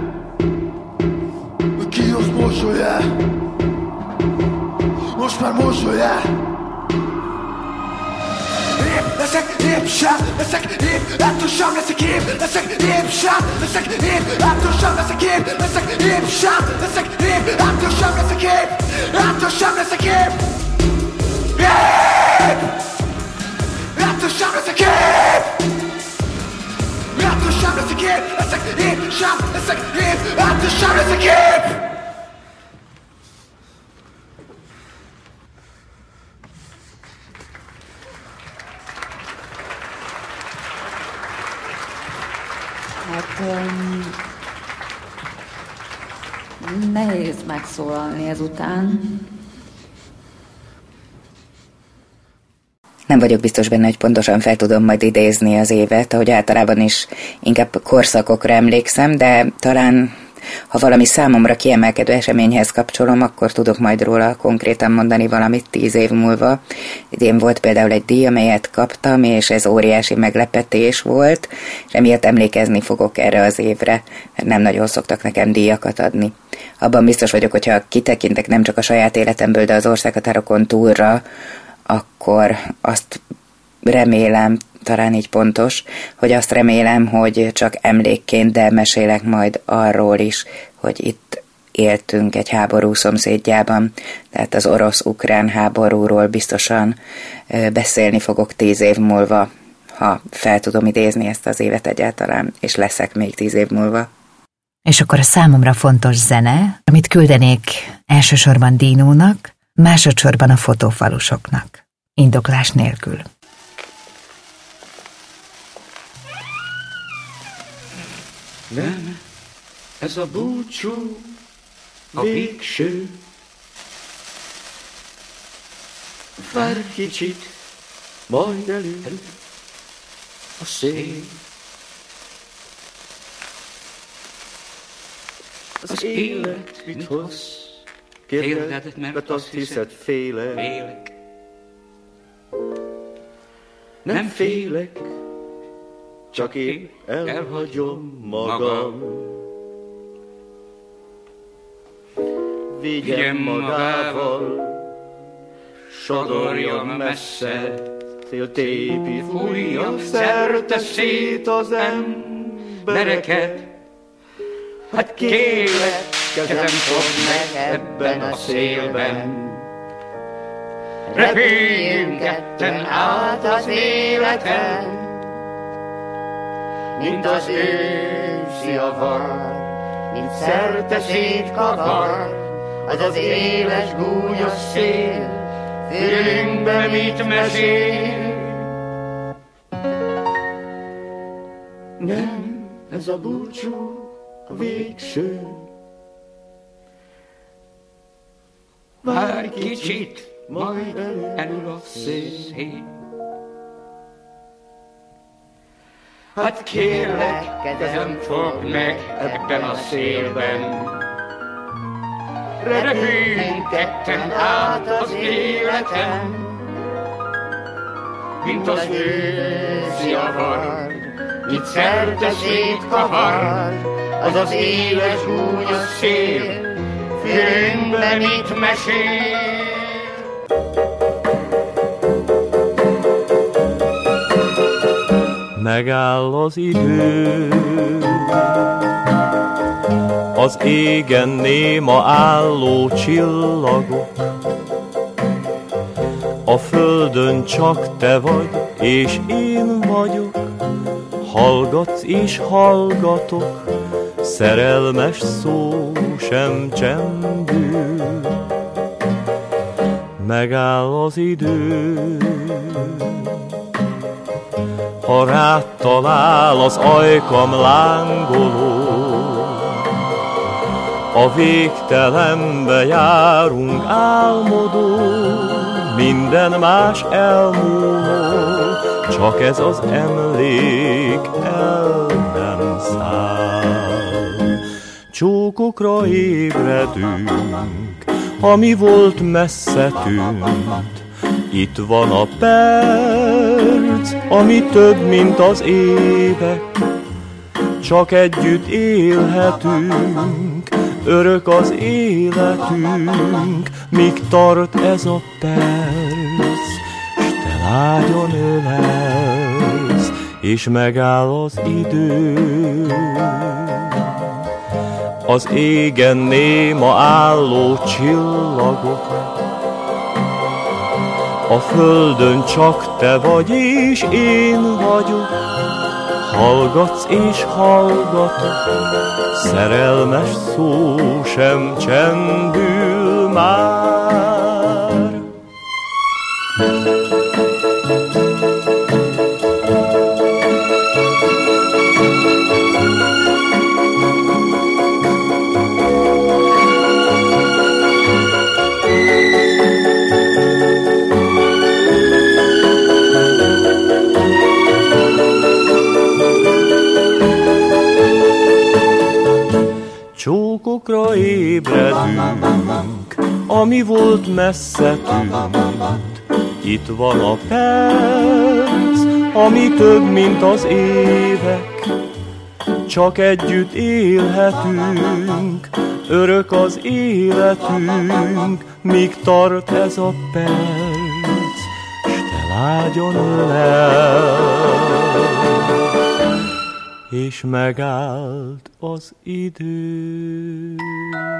Ki az morzsoljál? Most már morzsoljál! Épp leszek, épp sem leszek épp, ettől sem leszek épp, leszek épp sem leszek épp, ettől sem leszek épp, leszek épp sem leszek épp, ettől sem leszek épp, ettől sem leszek épp. Épp! Ettől sem leszek épp! Ettől sem leszek épp, leszek épp, sem leszek épp, ettől sem leszek épp! Hát um, nehéz megszólalni ezután. Nem vagyok biztos benne, hogy pontosan fel tudom majd idézni az évet, ahogy általában is inkább korszakokra emlékszem, de talán ha valami számomra kiemelkedő eseményhez kapcsolom, akkor tudok majd róla konkrétan mondani valamit tíz év múlva. Idén volt például egy díj, amelyet kaptam, és ez óriási meglepetés volt, és emiatt emlékezni fogok erre az évre, mert nem nagyon szoktak nekem díjakat adni. Abban biztos vagyok, hogyha kitekintek nem csak a saját életemből, de az országhatárokon túlra, akkor azt remélem, talán így pontos, hogy azt remélem, hogy csak emlékként, de mesélek majd arról is, hogy itt éltünk egy háború szomszédjában, tehát az orosz-ukrán háborúról biztosan beszélni fogok tíz év múlva, ha fel tudom idézni ezt az évet egyáltalán, és leszek még tíz év múlva. És akkor a számomra fontos zene, amit küldenék elsősorban Dinónak, másodszorban a fotófalusoknak. Indoklás nélkül. Nem, ez a búcsú, a végső. Várj kicsit, majd elő a szél. Az élet mit hoz? Kérded, mert azt hiszed félek. Félek. Nem félek, csak én elhagyom magam. Vigyem magával, sodorjon messze, szél tépi, fújja szerte szét az embereket. Hát kérlek, kezem fog meg ebben a szélben. Repüljünk ketten át az életen, mint az őszi avar, mint szerte szétkavar, az az éles gúnyos szél, fülünkbe mit mesél. Nem, ez a búcsú a végső. Várj kicsit, majd elül a szél. Hát kérlek, kezem fog meg ebben a szélben. Repüljünk ketten át az életen, mint az őszi avar, mint szerte szétkavar, az az éles gúnyos szél, fülünkbe mit mesél. Megáll az idő, az égen néma álló csillagok, a földön csak te vagy, és én vagyok, hallgatsz és hallgatok, szerelmes szó sem csendül. Megáll az idő, ha rád talál az ajkam lángoló, a végtelenbe járunk álmodó, minden más elmúló, csak ez az emlék el nem száll. Csókokra ébredünk, ami volt messze tűnt, itt van a perc, ami több, mint az évek, csak együtt élhetünk, örök az életünk, míg tart ez a perc, s te lágyan ölelsz, és megáll az idő. Az égen néma álló csillagok, a földön csak te vagy, és én vagyok, hallgatsz és hallgatok, szerelmes szó sem csendül már. Csókokra ébredünk, ami volt messze tűnt, itt van a perc, ami több, mint az évek, csak együtt élhetünk, örök az életünk, míg tart ez a perc, s te lágyan ölelsz, és megállt az idő.